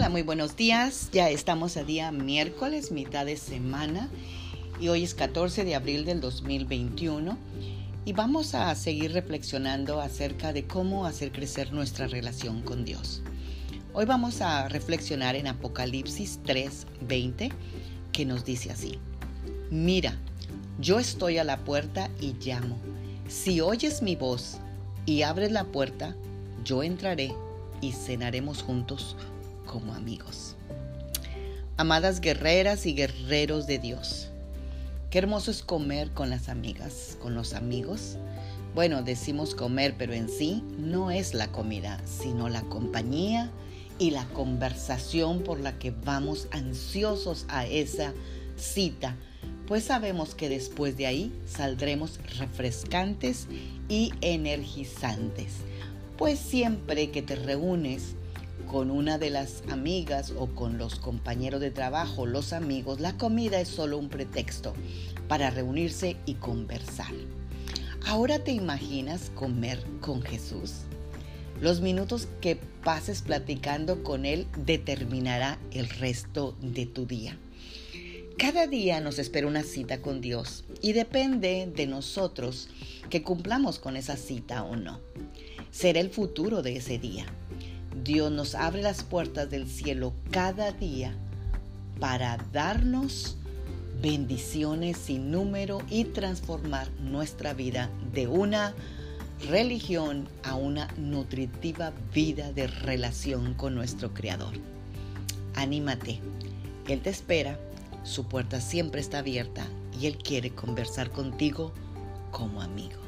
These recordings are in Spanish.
Hola, muy buenos días. Ya estamos a día miércoles, mitad de semana, y hoy es 14 de abril del 2021 y vamos a seguir reflexionando acerca de cómo hacer crecer nuestra relación con Dios. Hoy vamos a reflexionar en Apocalipsis 3:20, que nos dice así: Mira, yo estoy a la puerta y llamo. Si oyes mi voz y abres la puerta, yo entraré y cenaremos juntos como amigos. Amadas guerreras y guerreros de Dios, qué hermoso es comer con las amigas, con los amigos. Bueno, decimos comer, pero en sí no es la comida, sino la compañía y la conversación por la que vamos ansiosos a esa cita, pues sabemos que después de ahí saldremos refrescantes y energizantes. Pues siempre que te reúnes con una de las amigas o con los compañeros de trabajo, los amigos, la comida es solo un pretexto para reunirse y conversar. ¿Ahora te imaginas comer con Jesús? Los minutos que pases platicando con Él determinará el resto de tu día. Cada día nos espera una cita con Dios y depende de nosotros que cumplamos con esa cita o no. Será el futuro de ese día. Dios nos abre las puertas del cielo cada día para darnos bendiciones sin número y transformar nuestra vida de una religión a una nutritiva vida de relación con nuestro Creador. Anímate, Él te espera, su puerta siempre está abierta y Él quiere conversar contigo como amigo.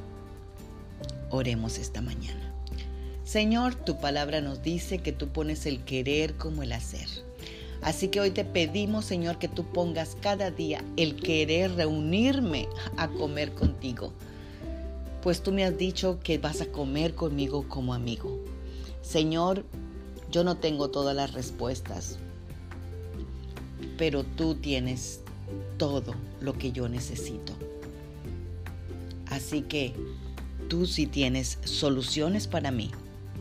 Oremos esta mañana. Señor, tu palabra nos dice que tú pones el querer como el hacer. Así que hoy te pedimos, Señor, que tú pongas cada día el querer reunirme a comer contigo. Pues tú me has dicho que vas a comer conmigo como amigo. Señor, yo no tengo todas las respuestas, pero tú tienes todo lo que yo necesito. Así que tú sí tienes soluciones para mí.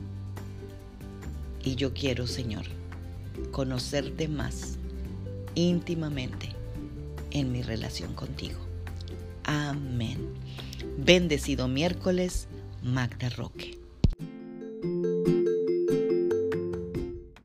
Y yo quiero, Señor, conocerte más íntimamente en mi relación contigo. Amén. Bendecido miércoles, Magda Roque.